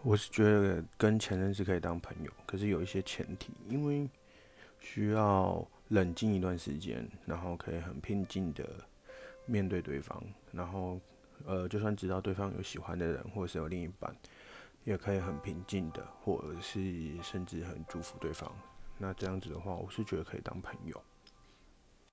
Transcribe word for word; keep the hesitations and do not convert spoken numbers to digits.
我是觉得跟前任是可以当朋友，可是有一些前提，因为需要冷静一段时间，然后可以很平静的面对对方，然后呃，就算知道对方有喜欢的人或者是有另一半，也可以很平静的，或者是甚至很祝福对方。那这样子的话，我是觉得可以当朋友。